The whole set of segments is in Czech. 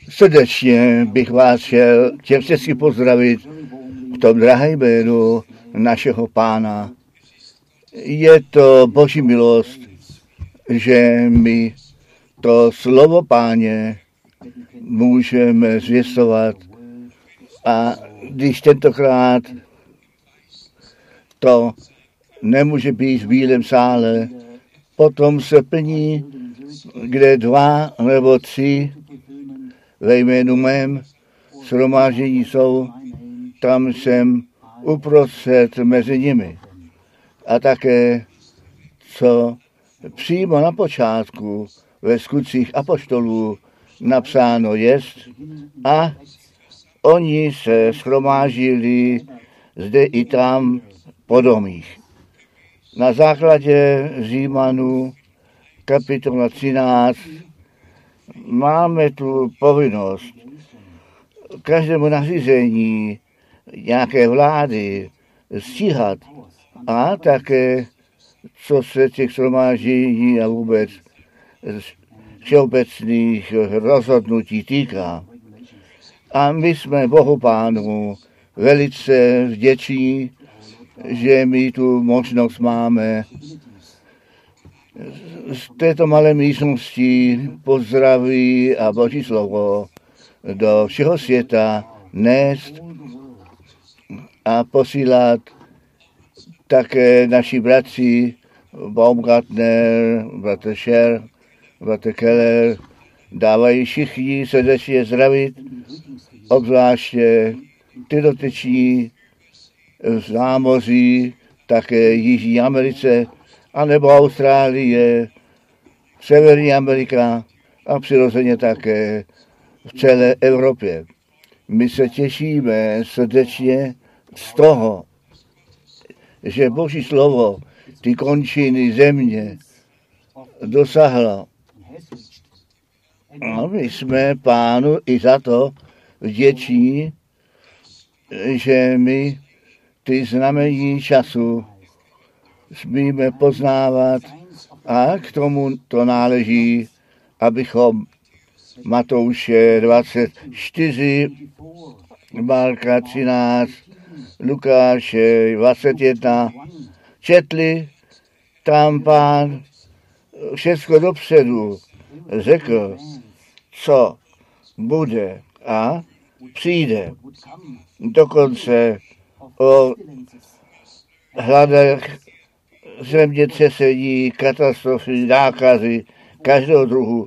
Srdečně bych vás chtěl všechny pozdravit v tom drahém jménu našeho Pána. Je to Boží milost, že my to slovo Páně můžeme zvěstovat. A když tentokrát to nemůže být v bílém sále, potom se plní, kde 2 nebo 3 ve jménu mém shromáždění jsou, tam jsem uprostřed mezi nimi. A také, co přímo na počátku ve skutcích apoštolů napsáno jest, a oni se shromáždili zde i tam po domích. Na základě Římanů kapitola 13 máme tu povinnost každému nařízení nějaké vlády stíhat a také, co se těch shromáždění a vůbec všeobecných rozhodnutí týká. A my jsme Bohu Pánu velice vděční, že my tu možnost máme z této malé místnosti pozdraví a Boží slovo do všeho světa nést a posílat také naši bratři Baumgartner, bratr Scher, bratr Keller, dávají všichni srdečně zdravit, obzvláště ty dotyční v zámoří, také Jižní Americe, anebo Austrálie, Severní Amerika a přirozeně také v celé Evropě. My se těšíme srdečně z toho, že Boží slovo ty končiny země dosahlo. A my jsme Pánu i za to vděční, že my ty znamení času smíme poznávat a k tomu to náleží, abychom Matouše 24, Marka 13, Lukáše 21 četli, tam Pán všechno dopředu řekl, co bude a přijde. Dokonce o hladech, zemětřesení, katastrofy, nákazy, každého druhu.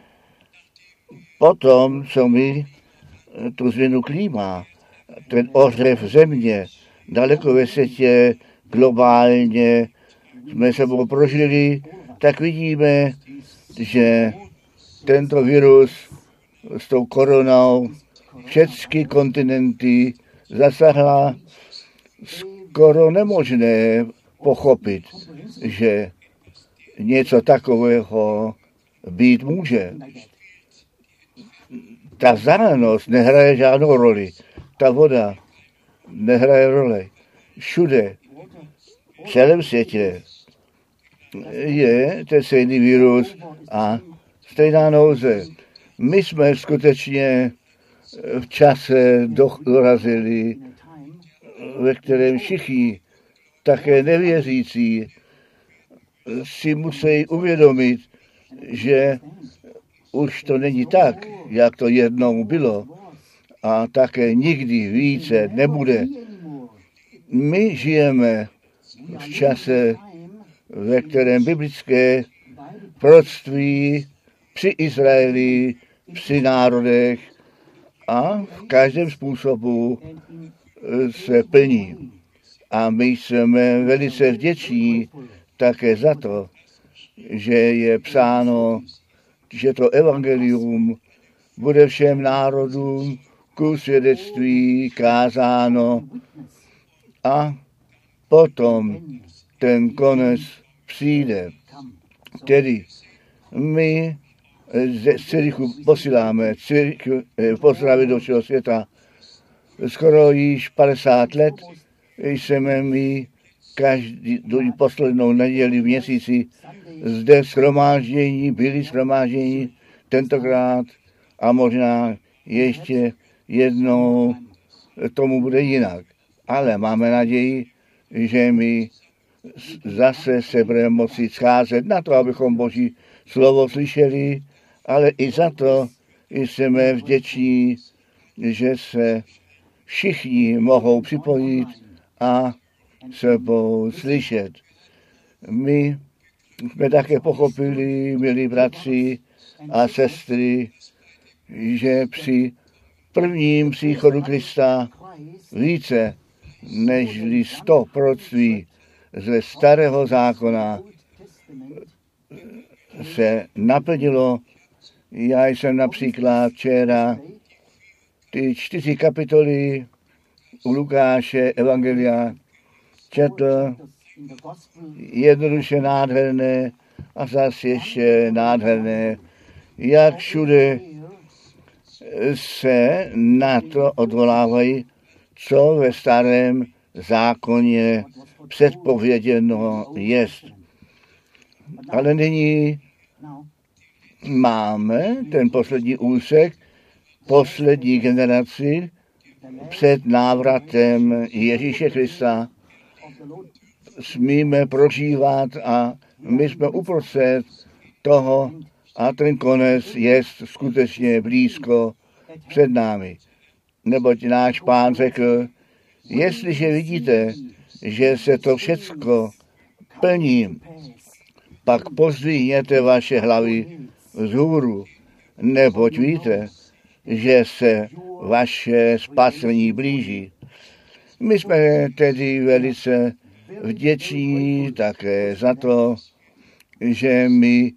Potom, co my tu změnu klíma, ten ohřev země, daleko ve světě, globálně jsme sebou prožili, tak vidíme, že tento virus s tou koronou všechny kontinenty zasahla. Skoro nemožné pochopit, že něco takového být může. Ta vzdálenost nehraje žádnou roli. Ta voda nehraje roli. Všude, v celém světě je ten stejný virus a stejná nouze. My jsme skutečně v čase dorazili, ve kterém všichni, také nevěřící, si musí uvědomit, že už to není tak, jak to jednou bylo a také nikdy více nebude. My žijeme v čase, ve kterém biblické proroctví při Izraeli, při národech a v každém způsobu se plní. A my jsme velice vděční také za to, že je psáno, že to evangelium bude všem národům ku svědectví kázáno a potom ten konec přijde. Tedy my z Cirichu posíláme pozdravy do všeho světa. Skoro již 50 let jsme my každou poslednou neděli v měsíci zde byli shromáždění tentokrát a možná ještě jednou tomu bude jinak. Ale máme naději, že my zase se budeme moci scházet na to, abychom Boží slovo slyšeli, ale i za to jsme vděční, že se všichni mohou připojit a sebou slyšet. My jsme také pochopili, milí bratři a sestry, že při prvním příchodu Krista více než 100 proroctví ze starého zákona se naplnilo. Já jsem například včera ty 4 kapitoly u Lukáše Evangelia četl, jednoduše nádherné a zase ještě nádherné, jak všude se na to odvolávají, co ve starém zákoně předpověděno jest. Ale nyní máme ten poslední úsek, poslední generaci před návratem Ježíše Krista. Smíme prožívat a my jsme uprostřed toho a ten konec je skutečně blízko před námi. Neboť náš Pán řekl, jestliže vidíte, že se to všecko plní, pak pozdvihněte vaše hlavy vzhůru, neboť víte, že se vaše spasení blíží. My jsme tedy velice vděční také za to, že my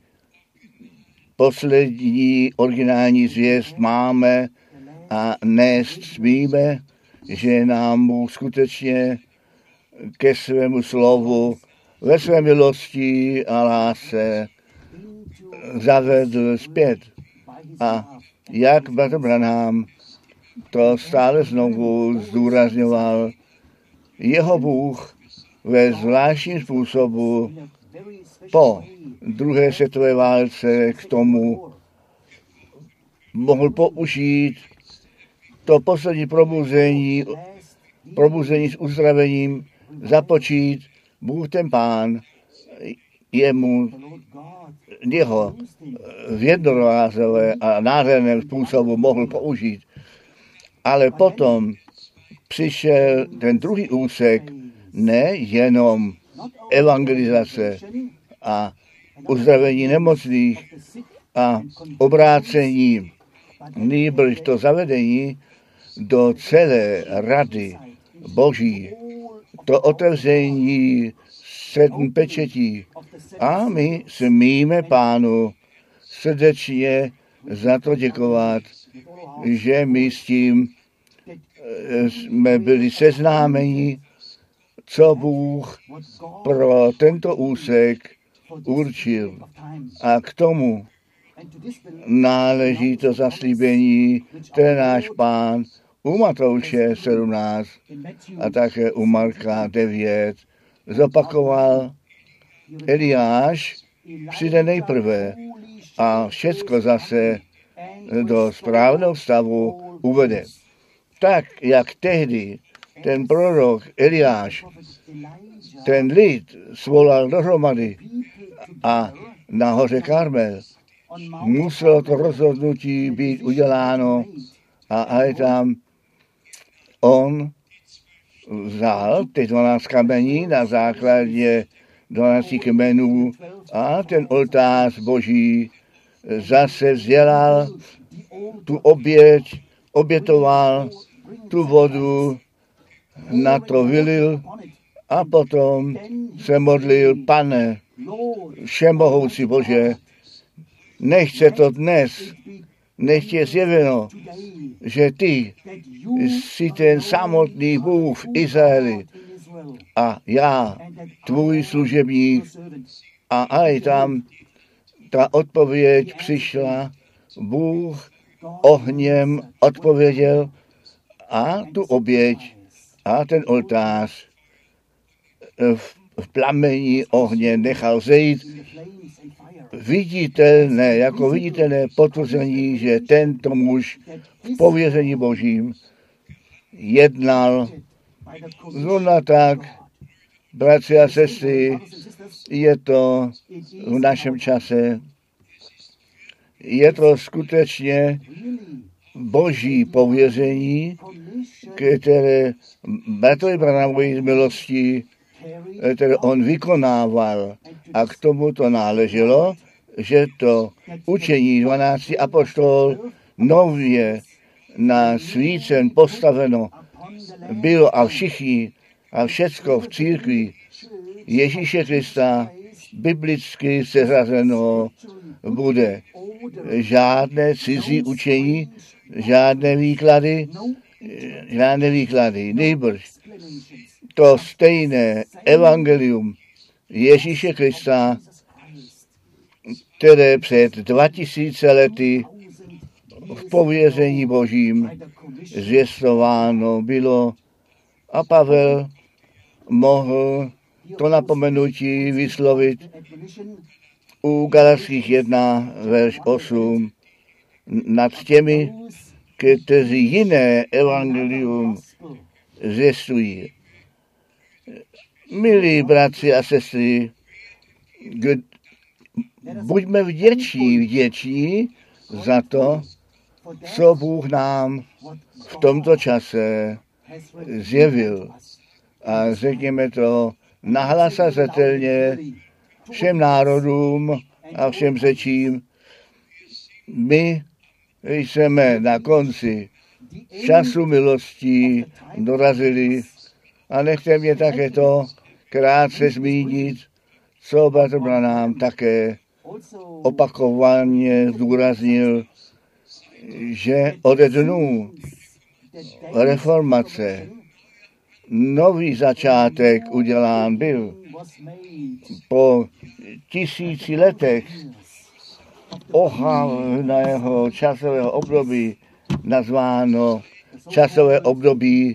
poslední originální zvěst máme a nést smíme, že nám Bůh skutečně ke svému slovu ve své milosti a lásce zavedl zpět. A jak bratr Branham to stále znovu zdůrazňoval, jeho Bůh ve zvláštním způsobu po druhé světové válce k tomu mohl použít to poslední probuzení s uzdravením, započít Bůh ten Pán jeho v jednorázové a nádherném způsobu mohl použít. Ale potom přišel ten druhý úsek, ne jenom evangelizace a uzdravení nemocných a obrácení, nýbrž to zavedení do celé rady Boží, to otevření 7 pečetí. A my smíme Pánu srdečně za to děkovat, že my s tím jsme byli seznámeni, co Bůh pro tento úsek určil. A k tomu náleží to zaslíbení, které náš Pán u Matouše 17 a také u Marka 9 zopakoval. Eliáš přijde nejprve a všecko zase do správného stavu uvede. Tak, jak tehdy ten prorok Eliáš ten lid svolal dohromady a na hoře Karmel muselo to rozhodnutí být uděláno a je tam on vzal ty 12 kamení na základě 12 kmenů a ten oltář Boží zase vzdělal, tu oběť obětoval, tu vodu na to vylil a potom se modlil: Pane, všemohoucí Bože, nech se to dnes, nech je zjeveno, že ty jsi ten samotný Bůh v Izraeli a já, tvůj služebník. A aj tam ta odpověď přišla, Bůh ohněm odpověděl a tu oběť a ten oltář v plamení ohně nechal zejít viditelné, jako viditelné potvrzení, že tento muž v pověření Božím jednal. Zrovna tak, bratři a sestry, je to v našem čase. Je to skutečně Boží pověření, které bratrovi Branhamovi z milosti, které on vykonával. A k tomu to náleželo, že to učení 12 apoštolů nově na svícen postaveno bylo a všichni a všecko v církvi Ježíše Krista biblicky seřazeno bude. Žádné cizí učení, žádné výklady, nejbrž to stejné evangelium Ježíše Krista, které před 2000 lety v pověření Božím zvěstováno bylo. A Pavel mohl to napomenutí vyslovit u Galatských 1, verš 8, nad těmi, kteří jiné evangelium zvěstují. Milí bratři a sestry, buďme vděční za to, co Bůh nám v tomto čase zjevil. A řekněme to nahlas a zřetelně všem národům a všem řečím. My jsme na konci času milostí dorazili a nechte mě také to krátce zmínit, co bratr Branham také opakovaně zdůraznil, že od dnů reformace nový začátek udělán byl. Po 1000 letech ohavného časového období nazváno časové období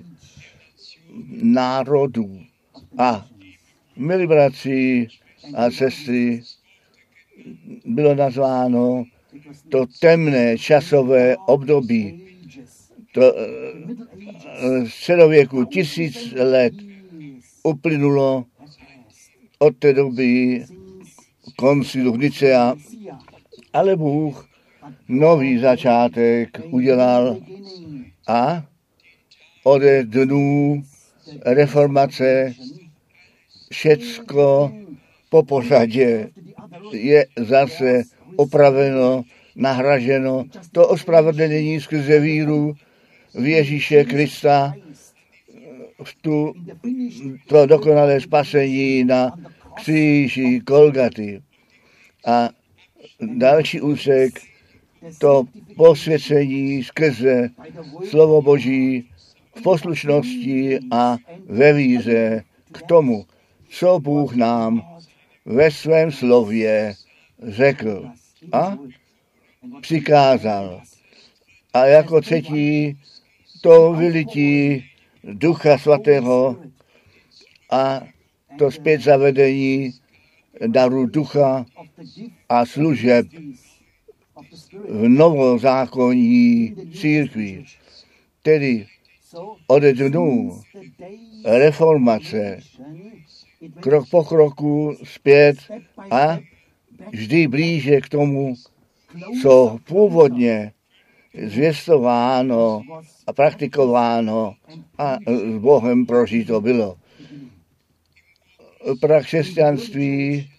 národů. A milí bratři a sestry, bylo nazváno to temné časové období. To středověku 1000 let uplynulo od té doby koncilu v Nicea, ale Bůh nový začátek udělal a od dnů reformace všecko po pořadě je zase opraveno, nahraženo. To ospravedlnění skrze víru v Ježíše Krista, v to dokonalé spasení na kříži Golgaty. A další úsek, to posvěcení skrze slovo Boží v poslušnosti a ve víře k tomu, co Bůh nám ve svém slově řekl a přikázal. A jako třetí to vylití Ducha Svatého a to zpět zavedení daru ducha a služeb v novozákonní církvi. Tedy od dnů reformace krok po kroku zpět a vždy blíže k tomu, co původně zvěstováno a praktikováno a s Bohem prožito bylo. Pra křesťanství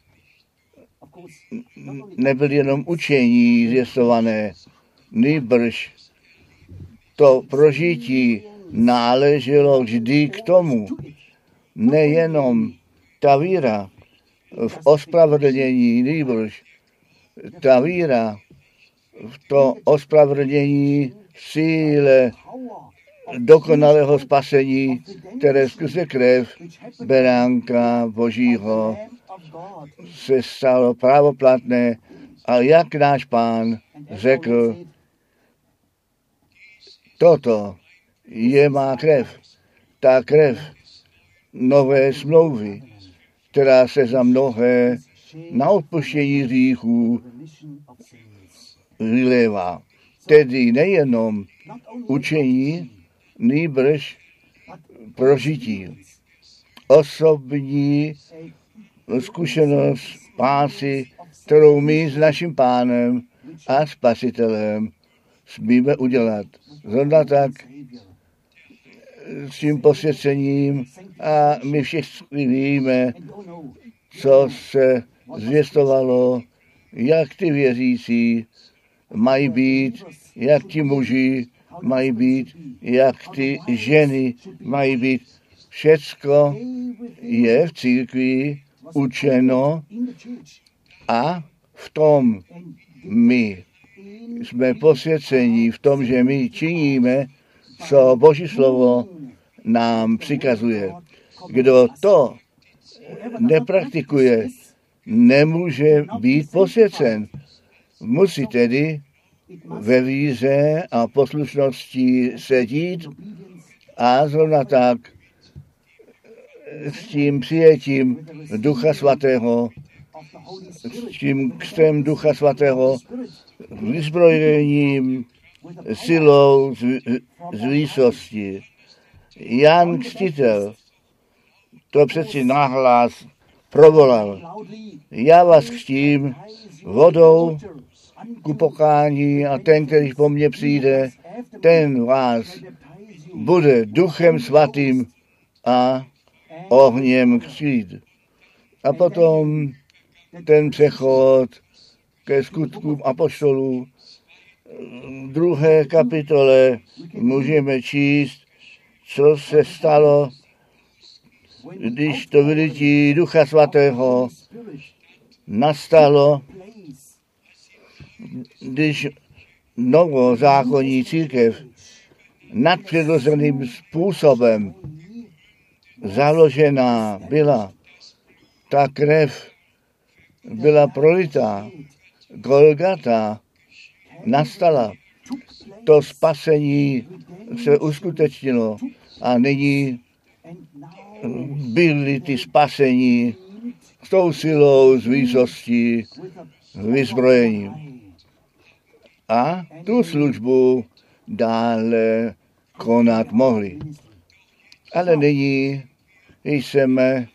nebyl jenom učení zvěstované, nýbrž to prožití náleželo vždy k tomu, nejenom ta víra v ospravedlnění, nýbrž ta víra v to ospravedlnění v síle dokonalého spasení, které skrze krev beránka Božího se stalo právoplatné. A jak náš Pán řekl, toto je má krev, ta krev nové smlouvy, která se za mnohé na odpuštění hříchů vylévá. Tedy nejenom učení, nýbrž prožití. Osobní zkušenost spásy, kterou my s naším Pánem a Spasitelem smíme udělat. Zrovna tak s tím posvěcením a my všichni víme, co se zvěstovalo, jak ty věřící mají být, jak ti muži mají být, jak ty ženy mají být. Všecko je v církvi učeno a v tom my jsme posvěcení, v tom, že my činíme, co Boží slovo nám přikazuje. Kdo to nepraktikuje, nemůže být posvěcen. Musí tedy ve víře a poslušnosti sedít a zrovna tak s tím přijetím Ducha Svatého, s tím křtem Ducha Svatého, vyzbrojením, silou z výsosti. Jan Křtitel to přeci nahlas provolal. Já vás křtím vodou ku pokání a ten, který po mně přijde, ten vás bude Duchem Svatým a ohněm křtít. A potom ten přechod ke skutkům apoštolů v 2. kapitole můžeme číst, co se stalo, když to vylití Ducha Svatého nastalo, když novozákonní církev nadpřirozeným způsobem založená byla. Ta krev byla prolitá, Golgata nastala. To spasení se uskutečnilo a nyní byly ty spasení s tou silou, s výsostí, vyzbrojením. A tu službu dále konat mohli. Ale nyní jsme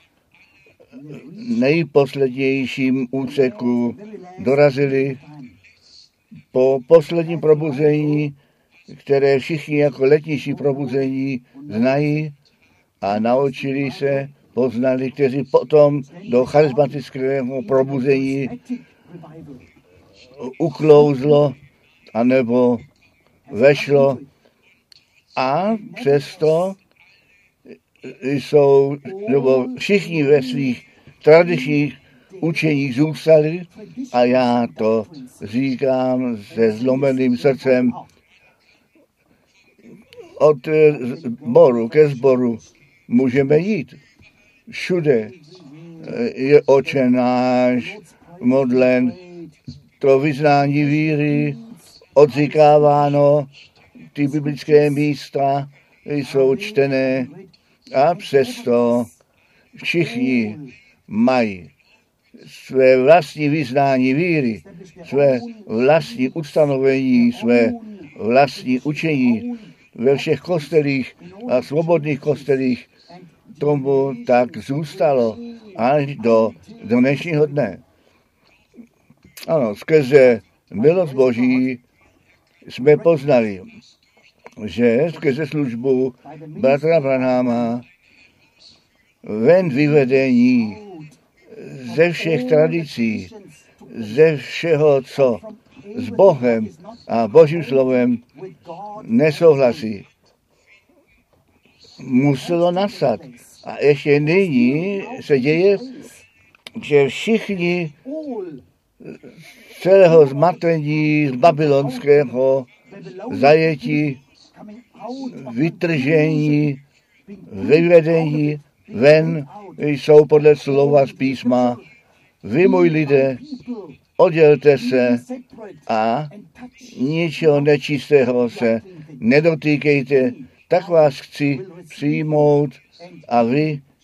nejposlednějším úseku dorazili po posledním probuzení, které všichni jako letnější probuzení znají a naučili se, poznali, kteří potom do charismatického probuzení uklouzlo anebo vešlo a přesto jsou, nebo všichni ve svých tradičních učeních zůstali a já to říkám se zlomeným srdcem. Od sboru ke sboru můžeme jít. Všude je Otče náš modlen, to vyznání víry odříkáváno, ty biblické místa jsou čtené a přesto všichni mají své vlastní vyznání víry, své vlastní ustanovení, své vlastní učení ve všech kostelích a svobodných kostelích. Tomu tak zůstalo až do dnešního dne. Ano, skrze milost Boží jsme poznali, že skrze službu bratra Branhama ven vyvedení ze všech tradicí, ze všeho, co s Bohem a Božím slovem nesouhlasí, muselo nastat. A ještě nyní se děje, že všichni celého zmatení z babylonského zajetí, vytržení, vyvedení ven jsou podle slova z písma. Vy, můj lidé, oddělte se a ničeho nečistého se nedotýkejte, tak vás chci přijmout a vy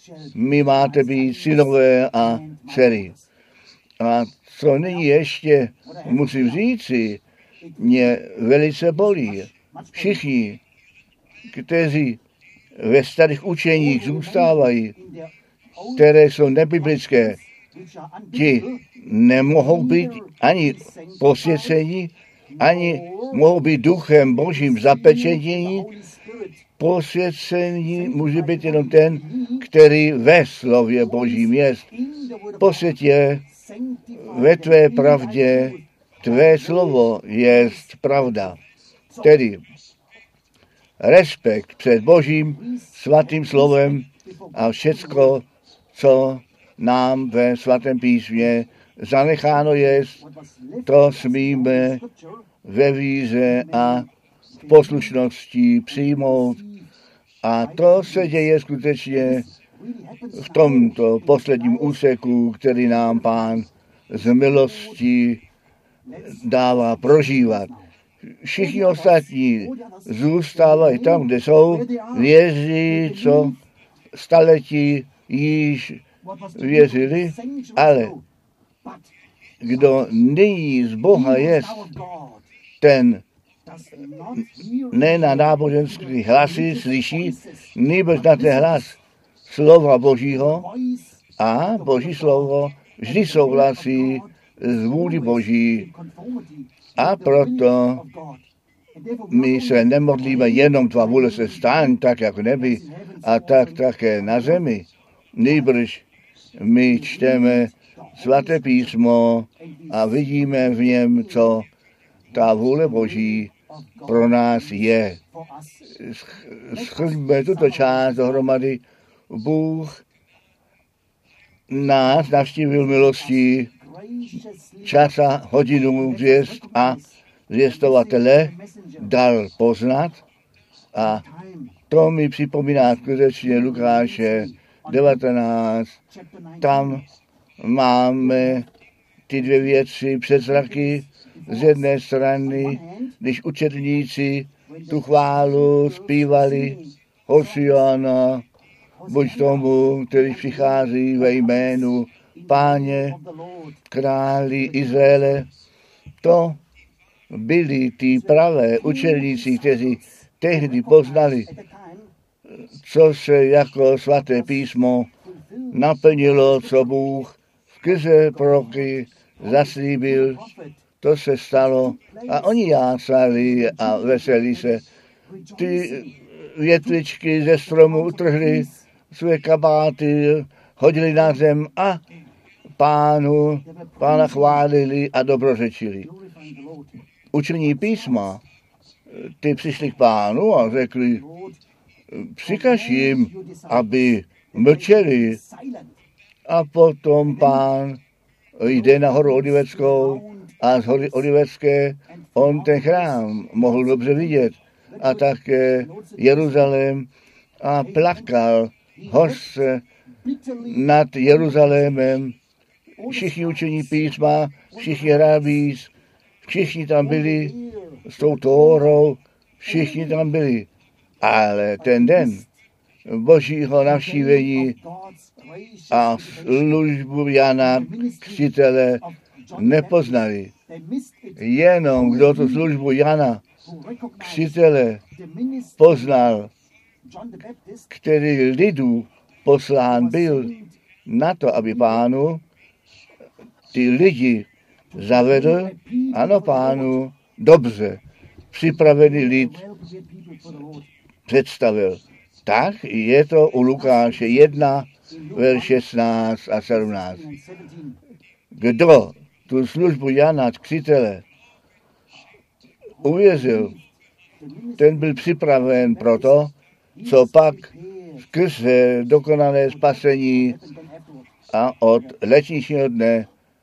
my máte být synové a dcery. A co nyní ještě musím říci, mě velice bolí. Všichni, kteří ve starých učeních zůstávají, které jsou nebiblické, ti nemohou být ani posvěcení, ani mohou být duchem božím zapečetění. Posvěcení může být jenom ten, který ve slově božím jest. Posvětě ve tvé pravdě, tvé slovo jest pravda. Tedy respekt před božím svatým slovem a všecko, co nám ve svatém písmě zanecháno jest, to smíme ve víře a v poslušnosti přijmout. A to se děje skutečně v tomto posledním úseku, který nám Pán z milosti dává prožívat. Všichni ostatní zůstávají tam, kde jsou, věří, co staletí již věřili, ale kdo nyní z Boha jest, ten ne na náboženský hlasy slyší, nýbrž na ten hlas slova Božího a Boží slovo vždy souhlasí s vůli Boží. A proto my se nemodlíme jenom tvá vůle se stane, tak jako nebi a tak také na zemi. Nýbrž my čteme svaté písmo a vidíme v něm, co ta vůle Boží pro nás je. Shrňme tuto část dohromady. Bůh nás navštívil milostí, čas a hodinu zvěst a zvěstovatele dal poznat a to mi připomíná skutečně Lukáše 19. Tam máme ty dvě věci před zraky. Z jedné strany, když učedníci tu chválu zpívali Hosiana, buď tomu, který přichází ve jménu Páně, králi Izraele, to byli ty pravé učedníci, kteří tehdy poznali, co se jako svaté písmo naplnilo, co Bůh skrze proroky zaslíbil. To se stalo a oni jásali a veselí se. Ty větvičky ze stromu utrhli své kabáty, hodili na zem a Pána chválili a dobrořečili. Učení písma, ty přišli k Pánu a řekli, přikaž jim, aby mlčeli. A potom Pán jde na horu Oliveckou a z hory Olivecké on ten chrám mohl dobře vidět a také Jeruzalém a plakal hořce nad Jeruzalémem. Všichni učení písma, všichni rabís, všichni tam byli s tou Tórou, všichni tam byli. Ale ten den Božího navštívení a službu Jana Křtitele nepoznali. Jenom kdo tu službu Jana Křtitele poznal, který lidu poslán byl na to, aby Pánu ty lidi zavedl, ano Pánu, dobře připravený lid představil. Tak je to u Lukáše 1, verš 16 a 17. Kdo tu službu Jana Křtitele uvěřil, ten byl připraven pro to, co pak skrze dokonalé spasení a od letničního dne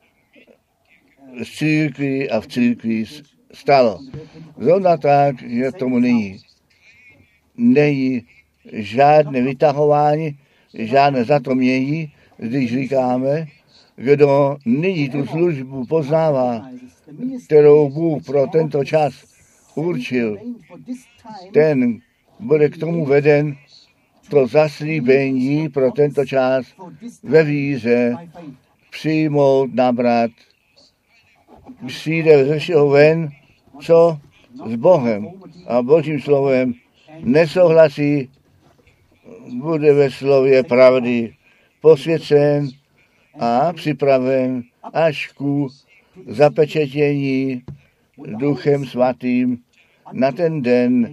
z církví a v církvi stalo. Zrovna tak, že tomu není. Není žádné vytahování, žádné zatomění, když říkáme, kdo nyní tu službu poznává, kterou Bůh pro tento čas určil, ten bude k tomu veden, to zaslíbení pro tento čas ve víře přijmout, nabrat. Přijde ze všeho ven, co s Bohem a Božím slovem nesouhlasí, bude ve slově pravdy posvěcen a připraven až ku zapečetění Duchem Svatým na ten den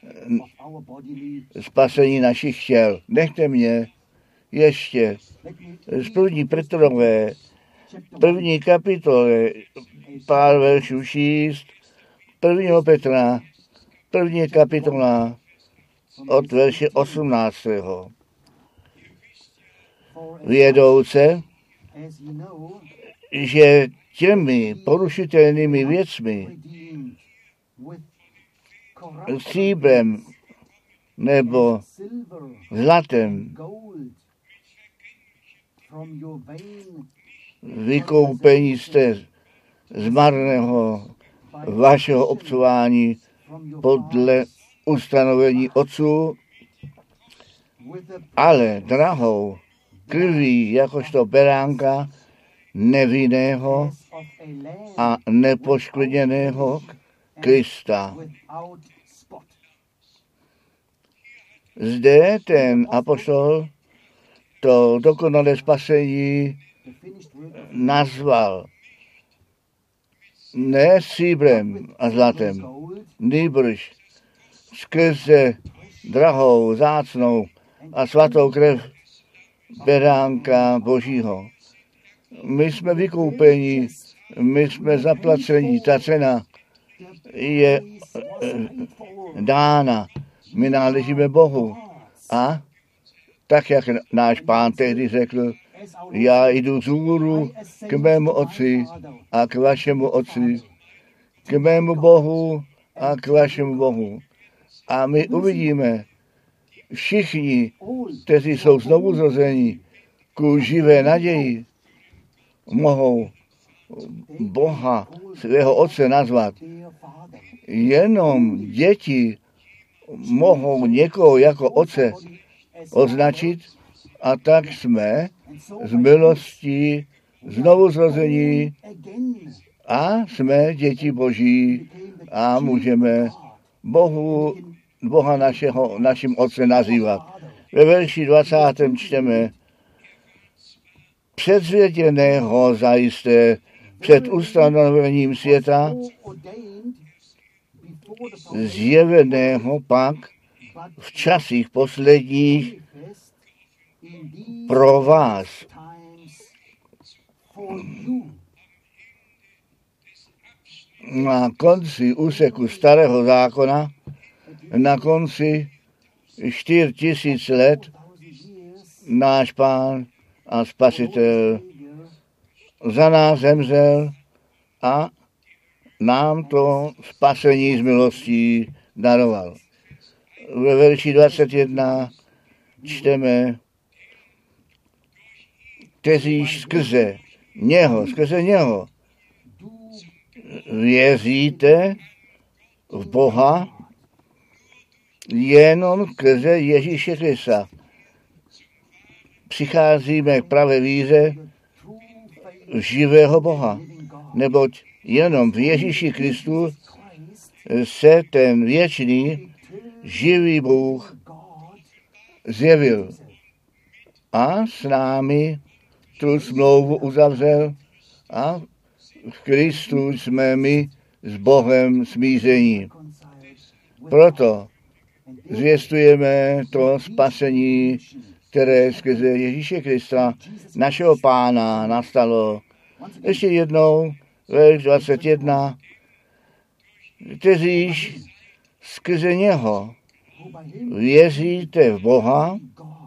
spasení našich těl. Nechte mě ještě z 1. Petrové, 1. kapitole, pár veršů 6, 1. Petra, 1. kapitola od verše 18. Vědouce, že těmi porušitelnými věcmi, stříbrem nebo zlatem, vykoupení jste z marného vašeho obcování podle ustanovení otců, ale drahou krví jakožto beránka nevinného a nepoškvrněného Krista. Zde ten apoštol to dokonalé spasení nazval ne stříbrem a zlatem, nýbrž skrze drahou, vzácnou a svatou krev beránka Božího. My jsme vykoupeni, my jsme zaplaceni, ta cena je dána, my náležíme Bohu. A tak, jak náš Pán tehdy řekl, já jdu vzhůru k mému Otci a k vašemu Otci, k mému Bohu a k vašemu Bohu. A my uvidíme všichni, kteří jsou znovu zrození ku živé naději, mohou Boha, svého Otce nazvat. Jenom děti mohou někoho jako Otce označit a tak jsme z milostí znovu zrození a jsme děti Boží a můžeme Boha naším Otcem nazývat. Ve verši 20. čteme: Předzvěděného zajisté před ustanovením světa, zjeveného pak v časích posledních pro vás. Na konci úseku Starého zákona, na konci 4000 let, náš Pán a Spasitel za nás zemřel a nám to spasení z milostí daroval. Ve verši 21 čteme: kteříž skrze něho věříte v Boha, jenom skrze Ježíše Krista. Přicházíme k pravé víře živého Boha, neboť jenom v Ježíši Kristu se ten věčný živý Bůh zjevil a s námi tu smlouvu uzavřel a v Kristu jsme my s Bohem smíření. Proto zvěstujeme to spasení, které skrze Ježíše Krista, našeho Pána, nastalo. Ještě jednou, verš 21, kteříž skrze něho věříte v Boha,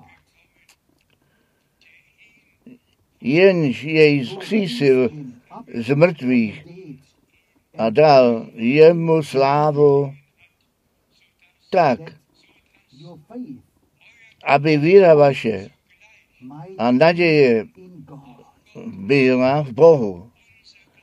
jenž jej vzkřísil z mrtvých a dal jemu slávu, tak, aby víra vaše a naděje byla v Bohu.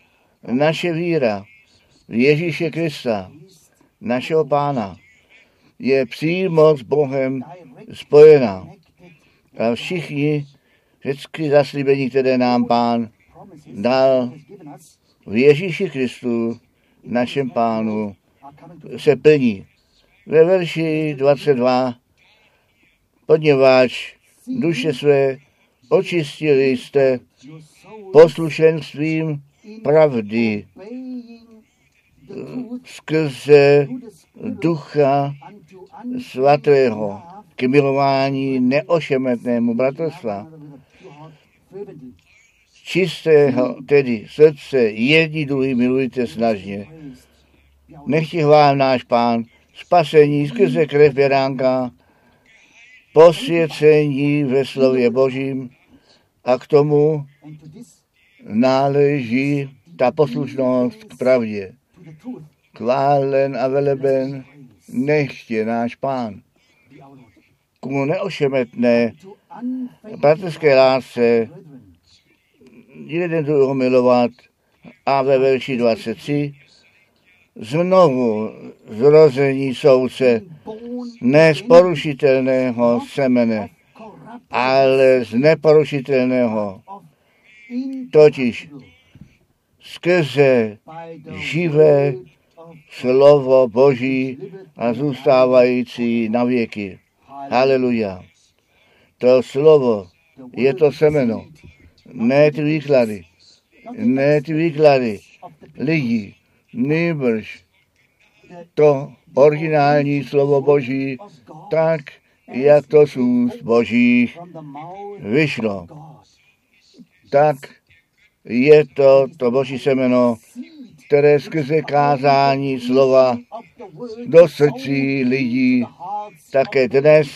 Naše víra v Ježíše Krista, našeho Pána, je přímo s Bohem spojená. A všichni všechny zaslíbení, které nám Pán dal v Ježíši Kristu, našem Pánu, se plní. Ve verši 22, poněvadž duše své očistili jste poslušenstvím pravdy skrze Ducha Svatého k milování neošemetnému bratrstva. Čistého tedy srdce jedni druhý milujte snažně. Nechť chvál náš Pán spasení skrze krev beránka, posvěcení ve slově Božím a k tomu náleží ta poslušnost k pravdě. Chválen a veleben nechť je náš Pán. Ku neošemetné bratrské lásce jeden druhého milovat a ve verši 23 znovu zrození soudce ne z porušitelného semene, ale z neporušitelného, totiž skrze živé slovo Boží a zůstávající na věky. Haleluja. To slovo je to semeno, ne ty výklady lidí, nýbrž to originální slovo Boží, tak, jak to z úst Božích vyšlo. Tak je to Boží semeno, které skrze kázání slova do srdcí lidí také dnes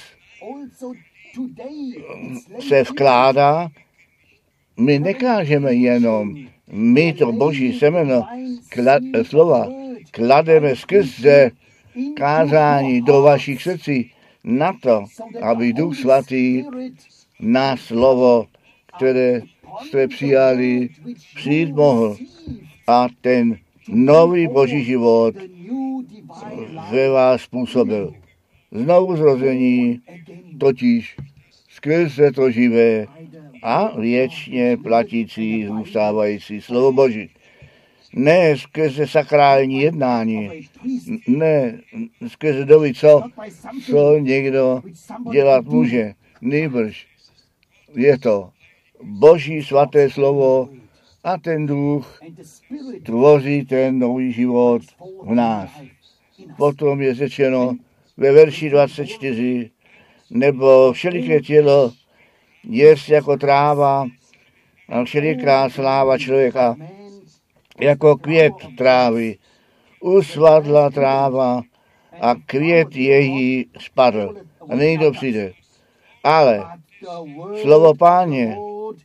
se vkládá. My nekážeme jenom, my to Boží semeno slova klademe skrze kázání do vašich srdcí na to, aby Duch Svatý na slovo, které jste přijali, přijít mohl a ten nový Boží život ve vás způsobil. Znovu zrození, totiž skrze to živé a věčně platící zůstávající slovo Boží. Ne skrze sakrální jednání, ne skrze doby, co někdo dělat může, nýbrž je to Boží svaté slovo a ten duch tvoří ten nový život v nás. Potom je řečeno ve verši 24, nebo všeliké tělo jest jako tráva a všeliká sláva člověka jako květ trávy. Usvadla tráva a květ její spadl a nyní to přijde. Ale slovo Páně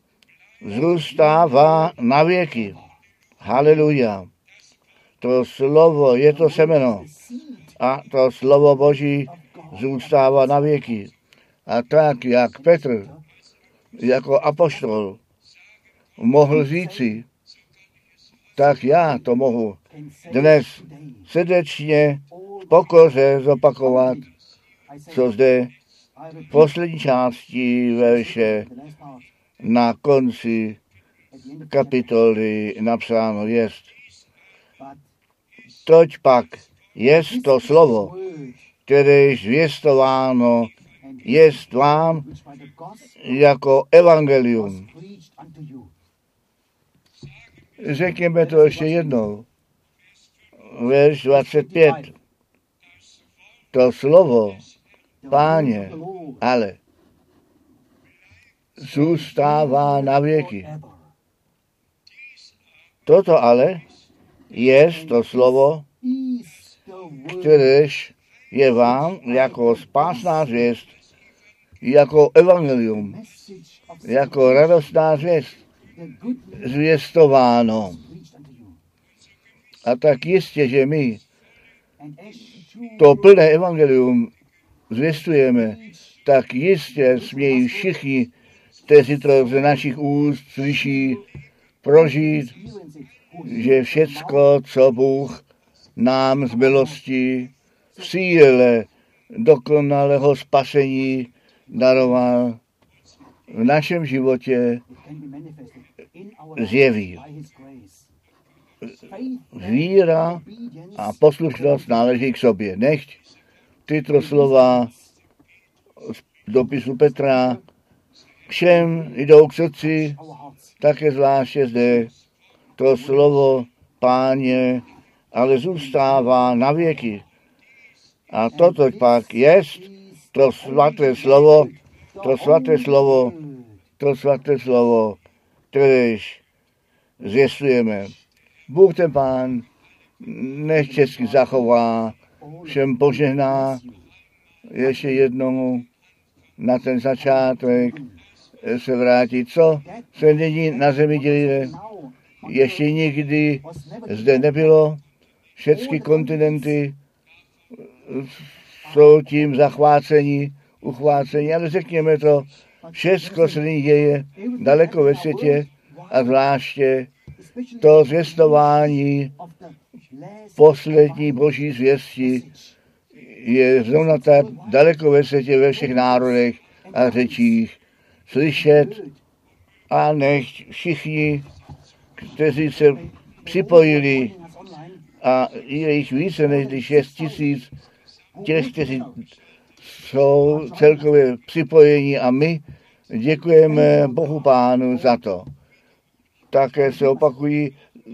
zůstává na věky. Haleluja. To slovo je to semeno a to slovo Boží zůstává na věky. A tak, jak Petr jako apoštol mohl říci, tak já to mohu dnes srdečně v pokoře zopakovat, co zde v poslední části verše na konci kapitoly napsáno jest. Toť pak jest to slovo, které je zvěstováno jest vám jako evangelium. Řekněme to ještě jednou. Verš 25. To slovo Páně, ale zůstává na věky. Toto ale je to slovo, kteréž je vám jako spásná zvěst, jako evangelium, jako radostná zvěst zvěstováno. A tak jistě, že my to plné evangelium zvěstujeme, tak jistě smějí všichni, kteří to z našich úst slyší, prožít, že všecko, co Bůh nám z milosti v síle dokonalého spasení daroval v našem životě zjeví. Víra a poslušnost náleží k sobě. Nechť tyto slova z dopisu Petra všem jdou k srdci, také zvláště zde to slovo Páně, ale zůstává na věky. A toto pak jest to svaté slovo, kteréž zvěstujeme. Bůh ten Pán nech česky zachová, všem požehná. Ještě jednou na ten začátek se vrátí. Co se nyní na zemi děje? Ještě nikdy zde nebylo. Všechny kontinenty jsou tím zachváceni, uchváceni, ale řekněme to, všechno se nyní děje daleko ve světě a zvláště to zvěstování poslední boží zvěsti je zrovna tak daleko ve světě, ve všech národech a řečích slyšet a nechť všichni, kteří se připojili, a je jich více než 6 000 těch, kteří jsou celkově připojení a my děkujeme Bohu Pánu za to. Také se opakují,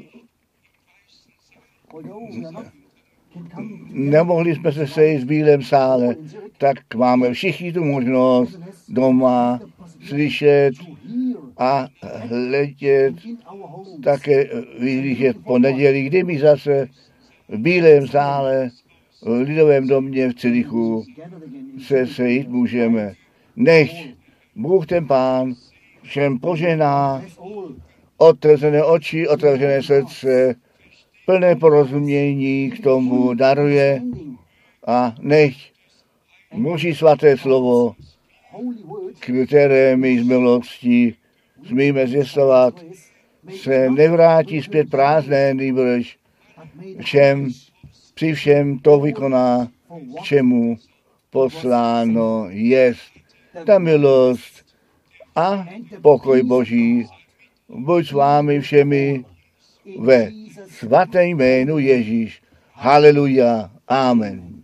nemohli jsme se sejít v Bílém sále, tak máme všichni tu možnost doma slyšet a hledět, také vyhlížet po neděli, kdy my zase v Bílém sále, v Lidovém domě v Cirichu se sejít můžeme. Nechť Bůh ten Pán všem požehná, otevřené oči, otevřené srdce, plné porozumění k tomu daruje a nechť Boží svaté slovo, které my z milosti smíme zvěstovat, se nevrátí zpět prázdné, nýbrž při všem to vykoná, k čemu posláno jest. Ta milost a pokoj Boží buď s vámi všemi ve svatém jménu Ježíš. Haleluja. Amen.